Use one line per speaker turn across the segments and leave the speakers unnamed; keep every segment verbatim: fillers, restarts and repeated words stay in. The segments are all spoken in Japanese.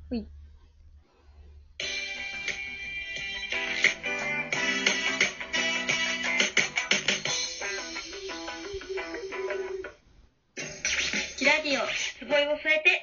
ほい。
キラディオ、すごいを添えて。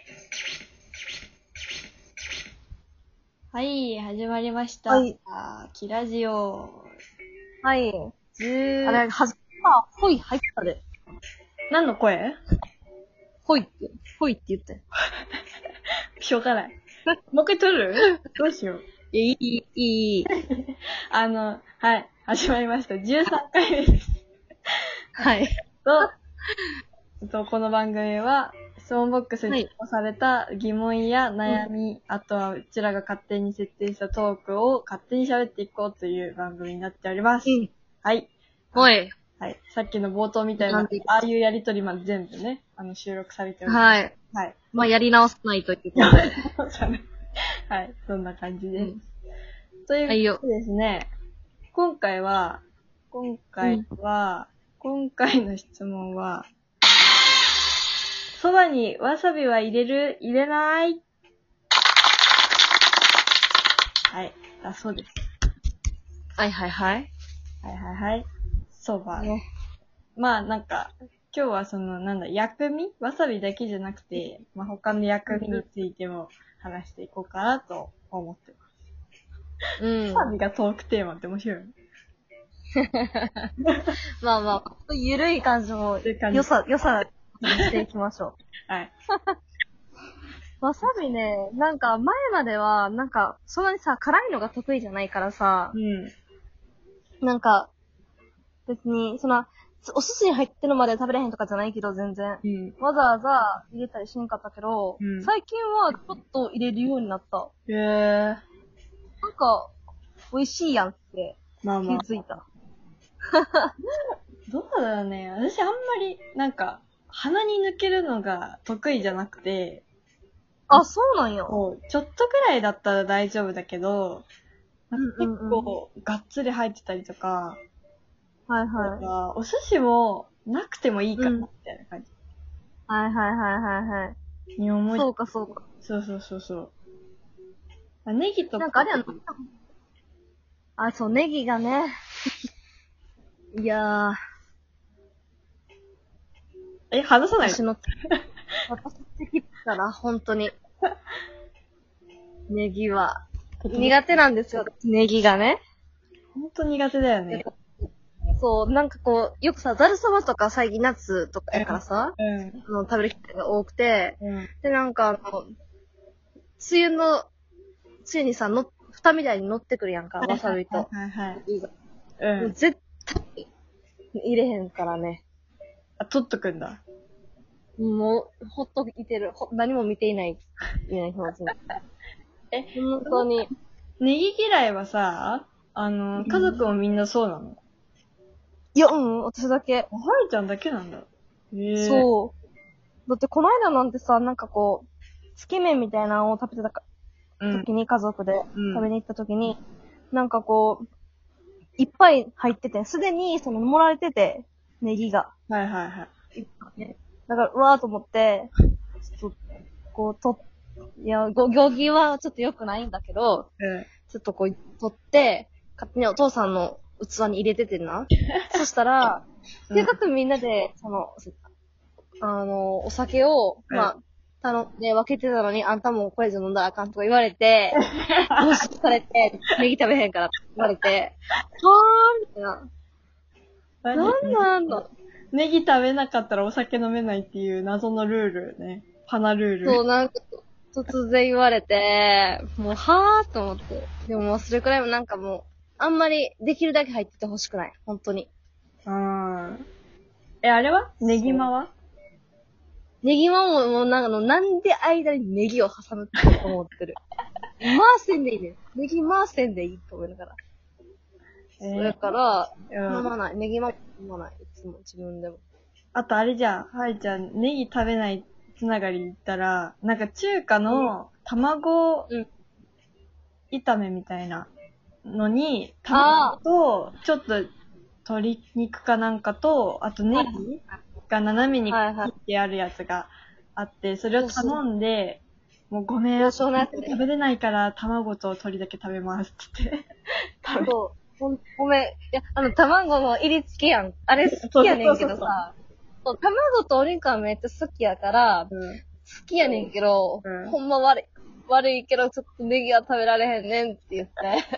はい、始まりました。
はい。
あーキラジオ。
はい。
じゅう、
あれ、はじま、ほい入ったで。
何の声
ほいって、ほいって言って。
しょうがない。もう一回撮るどうしよう。
いい、いい、いい。
あの、はい、始まりました。じゅうさんかいめです。
はい。
と、えっとこの番組は、質問ボックスに投稿された疑問や悩み、うん、あとはうちらが勝手に設定したトークを勝手に喋っていこうという番組になっております。うん、はい。
ほい。
はい。さっきの冒頭みたいな、ああいうやりとりまで全部ね、あの、収録されております。
はい。
はい。
まあ、やり直さないということで。
そうじゃね。はい。そんな感じです。うん、ということですね、今回は、今回は、うん、今回の質問は、そばにわさびは入れる入れないはい。だそうです。
はいはいはい。
はいはいはい。そば。ね。まあなんか、今日はその、なんだ、薬味わさびだけじゃなくて、まあ他の薬味についても話していこうかなと思ってます。うん。わさびがトークテーマって面白いね。
まあまあ、ゆるい感じも、良さ、良さにしていきましょう。はい。わさびね、なんか前までは、なんか、そんなにさ、辛いのが得意じゃないからさ、うん。なんか、別に、その、お寿司に入ってるまで食べれへんとかじゃないけど、全然。うん、わざわざ入れたりしんかったけど、うん、最近はちょっと入れるようになった。へぇー。なんか、美味しいやんって気づいた。
まあまあ、どうだろうね。私あんまり、なんか、鼻に抜けるのが得意じゃなくて。
あ、そうなんや。
ちょっとくらいだったら大丈夫だけど、なんか結構がっつり入ってたりとか、はいはい。お寿司もなくてもいいかな、みたいな感じ。
うん、はいはいはいはいはい。に思いそうかそうか。
そうそうそうそう。あ、ネギとか。
なんかあれやん。あ、そう、ネギがね。いやー。
え、話さない
私の、私的だから、本当に。ネギは。苦手なんですよ、ネギがね。
ほんと苦手だよね。
そう、なんかこう、よくさ、ざるそばとか最近夏とかやからさ、うん、あの食べる機会が多くて、うん、で、なんかあの、つゆの、つゆにさ、の、蓋みたいに乗ってくるやんか、わさびと。はいはいはい。うん。絶対、入れへんからね。
あ、取っとくんだ。
もう、ほっといてる。何も見ていない、みたいな気持ちに。え、本当に。
ネギ嫌いはさ、あの、家族もみんなそうなの？うん、
いや、うん、私だけ。
はるちゃんだけなんだ。へ
ぇそう。だってこの間なんてさ、なんかこう、つけ麺みたいなのを食べてたか、時に家族で食べに行った時に、うん、なんかこう、いっぱい入ってて、すでにその盛られてて、ネギが。はいはいはい。だから、うわーと思って、ちょっと、こう、と、いや、ご、行儀はちょっと良くないんだけど、うん、ちょっとこう、取って、勝手にお父さんの器に入れててんな。そしたら、で、かつみんなで、その、あの、お酒を、うん、まあ、頼んで分けてたのに、あんたもこれ以上飲んだらあかんとか言われて、無視されて、ネギ食べへんからって言われて、はーみたいな。なんなんだ。
ネギ食べなかったらお酒飲めないっていう謎のルールね。パナルール。
そう、なんか、突然言われて、もう、はーと思って。でももうそれくらいもなんかもう、あんまりできるだけ入っててほしくない。本当に。
うーん。え、あれはネギマは
ネギマももうなんかの、なんで間にネギを挟むって思ってる。回せんでいいね。ネギ回せんでいいと思いながら。えー、だから、飲まない。ネギマ飲まない。いつも自分でも。
あとあれじゃん。はいちゃん、ネギ食べないつながり言ったら、なんか中華の卵炒めみたいなのに、卵と、ちょっと鶏肉かなんかと、あとネギが斜めに切ってあるやつがあって、それを頼んで、 もうごめん、
王将のやつね
食べれないから卵と鶏だけ食べますって言って。
そう。ごごめん。いや、あの、卵の入り付けやん。あれ好きやねんけどさ。そう卵とお肉はめっちゃ好きやから、
うん、
好きやねんけど、
うん、
ほんま悪い。悪いけど、ちょっとネギは食べられへんねんって言って。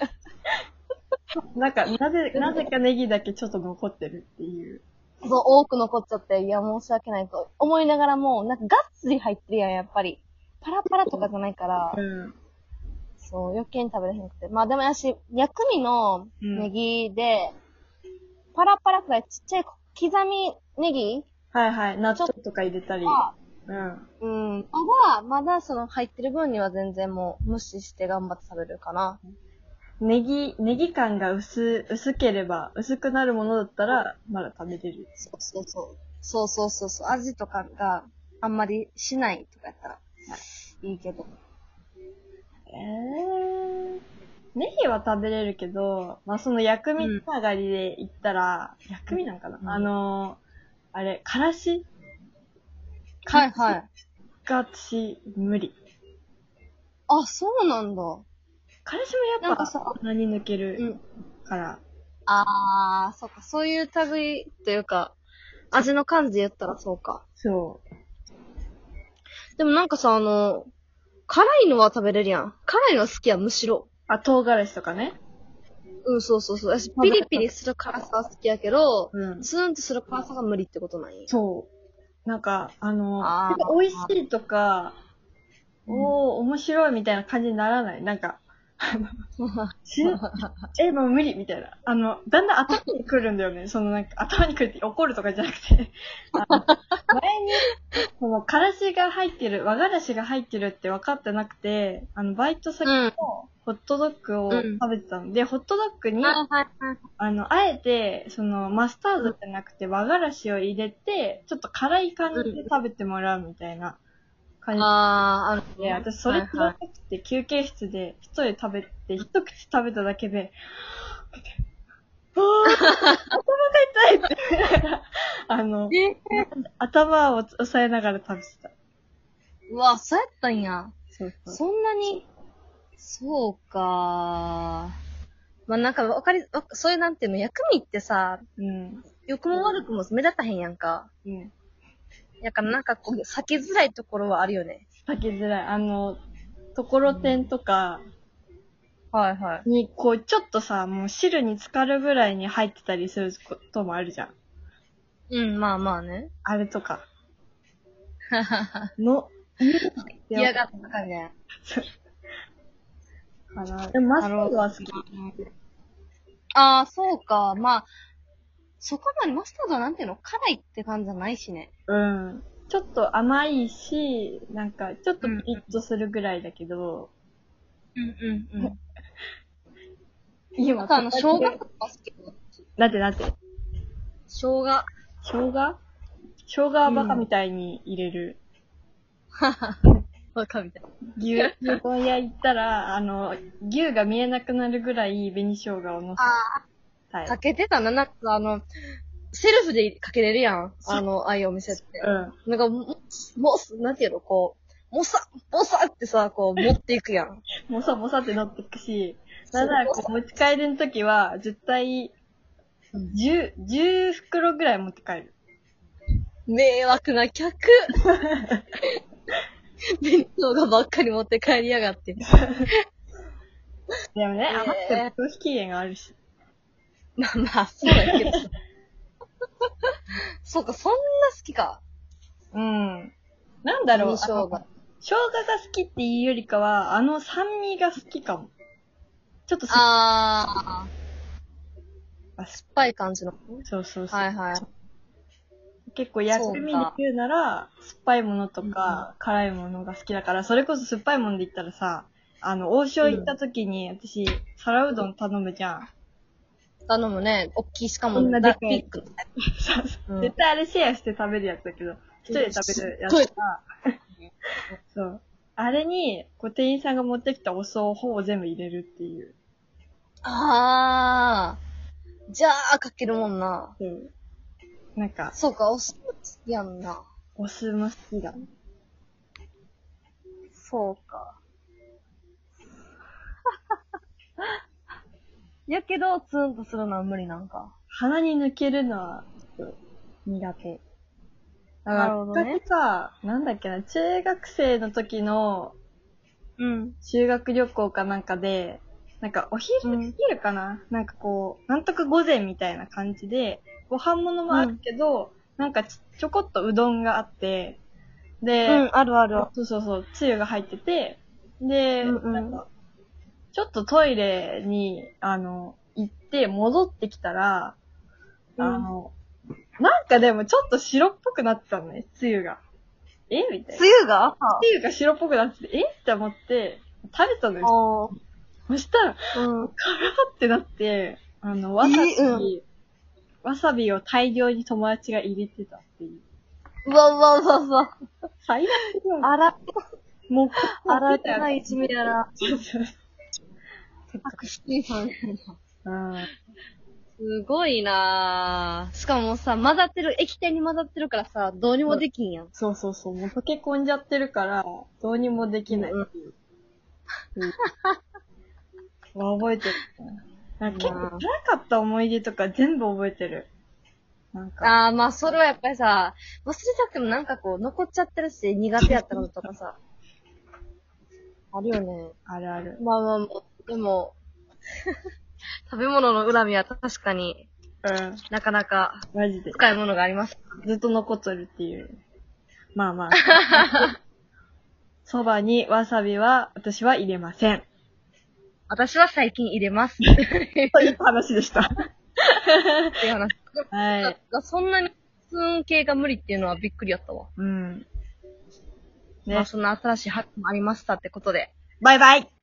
なんか、なぜ、なぜかネギだけちょっと残ってるっていう。
そう、多く残っちゃって、いや、申し訳ないと思いながらも、なんかガッツリ入ってるやん、やっぱり。パラパラとかじゃないから、
うん。
そう、余計に食べれへんくて。まあでもやし、薬味のネギで、パラパラくらいちっちゃい刻みネギ
はいはい。納豆とか入れたり。うん。
うん。まだ、まだその入ってる分には全然もう無視して頑張って食べるかな。
ネギ、ネギ感が薄、薄ければ、薄くなるものだったら、まだ食べれる。
そうそうそう。そうそうそうそう。味とかがあんまりしないとかやったら、いいけど。
えー。ネギは食べれるけど、まあ、その薬味つながりで言ったら、うん、薬味なんかな、うん、あのー、あれ、からし
はいはい。
が私、無理。
あ、そうなんだ。
からしもやっぱ、鼻に抜けるから。うん、
あー、そっか、そういう類というか、味の感じで言ったらそうか。
そう。
でもなんかさ、あの、辛いのは食べれるやん。辛いのは好きや、むしろ。
あ、唐辛子とかね。
うん、そうそうそう。私、ピリピリする辛さは好きやけど、
うん。
ツーンとする辛さが無理ってことない
そう。なんか、あの、
あ
美味しいとか、うん、おー、面白いみたいな感じにならない。なんか、え、もう無理みたいな。あの、だんだん頭に来るんだよね。そのなんか、頭に来るって怒るとかじゃなくて。あの前に、その、からしが入ってる、和がらしが入ってるって分かってなくて、あの、バイト先のホットドッグを食べてたので、うん、ホットドッグに、あの、あえて、その、マスタードじゃなくて和がらしを入れて、ちょっと辛い感じで食べてもらうみたいな。
ああ、ある
ね。私、それくらいなくて、休憩室で一人で食べて、一口食べただけで、あー、頭が痛いって。あの、頭を押さえながら食べてた。
うわ、そうやったんや。
そうそう。
そんなに、そうかまあ、なんか、わかり、そういうなんていうの、薬味ってさ、うん。良くも悪くも目立たへんやんか。うん。やからなんかこう、避けづらいところはあるよね。
避けづらい。あの、ところてんとか、
はいはい。
に、こう、ちょっとさ、もう汁に浸かるぐらいに入ってたりすることもあるじゃん。
うん、まあまあね。
あれとか。の、
嫌がったかね。
かな。でもマスタードは好き。
ああ、そうか。まあ、そこまでマスタードはなんていうの辛いって感じじゃないしね。
うん。ちょっと甘いし、なんか、ちょっとピリッとするぐらいだけど。
うんうんうん。
今、
あの、生姜とか好き。
なんてなんて。
生姜。
生姜生姜はバカみたいに入れる。
はは、バカみたい。
牛、牛丼屋行ったら、あの、牛が見えなくなるぐらい紅生姜を乗せ
て。ああ。かけてたな、なんかあの、セルフでかけれるやん。あの、ああいうお店って。うん。なんか、も、も、なんていうの、こう、もさ、もさってさ、こう、持っていくやん。
もさもさって乗っていくし、なんならこう、持ち帰りの時は、絶対、じゅう、じゅう袋ぐらい持って帰る。
迷惑な客弁当がばっかり持って帰りやがって。で
もね、余ってる消費期限があるし。
まあまあ、そうだけど。そうか、そんな好きか。
うん。なんだろう、
生姜。
生姜が好きっていうよりかは、あの酸味が好きかも。ちょっと
あー。酸っぱい感じの。
そうそうそう。
はいはい。
結構薬味で言うなら、酸っぱいものとか、辛いものが好きだから、それこそ酸っぱいもので言ったらさ、あの、王将行った時に、私、皿うどん頼むじゃん。
頼むね。おっきい、しかも、
こんなでか
い。
絶対あれシェアして食べるやつだけど、一人で食べるやつが、そう。あれに、こう店員さんが持ってきたお酢をほぼ全部入れるっていう。
あー。じゃあ、かけるもんな。
うん。なんか。
そうか、お酢も好きやんな。
お酢も好きだね。
そうか。やけど、ツーンとするのは無理なんか。
鼻に抜けるのは、ちょっと苦手。だから、
なるほどね
きっかけさ、なんだっけな、中学生の時の
うん。
修学旅行かなんかで、なんかお昼、
うん
昼かななんかこう、なんとか午前みたいな感じで、ご飯物もあるけど、なんかちちょこっとうどんがあって、で、
うん、あるある。
そうそうそう、つゆが入ってて、で、
うんうん
なんか、ちょっとトイレに、あの、行って戻ってきたら、
うん
あの、なんかでもちょっと白っぽくなってたのね、つゆが。えみたいな。
つゆが
つゆが白っぽくなってて、えって思って、食べたのよ。
おー。
そしたら、
うん。
カラーってなって、あの、わさび、
えうん
わさびを大量に友達が入れてたっていう。
うわうわうわうわ。
最悪だよ。
洗っ、
もう、
洗ってない一味やな。
そうそう。
白シさん。
うん。
すごいなぁ。しかもさ、混ざってる、液体に混ざってるからさ、どうにもできんやん。
そうそうそう。もう溶け込んじゃってるから、どうにもできないっていう。うん覚えてる。なんか結構辛かった思い出とか全部覚えてる。なんか。
ああ、まあそれはやっぱりさ、忘れたくてもなんかこう、残っちゃってるし、苦手やったこととかさ。あるよね。
あるある。
まあまあまあ、でも、食べ物の恨みは確かに
うん。
なかなか
マジで。
深いものがあります。
ずっと残っとるっていう。まあまあ。そばにわさびは私は入れません。
私は最近入れます。っ
という話でした。
ていう話。
はい。
だそんなにツーン系が無理っていうのはびっくりやったわ。
うん。
まあ
ね。
そんな新しい発見もありましたってことで。
バイバイ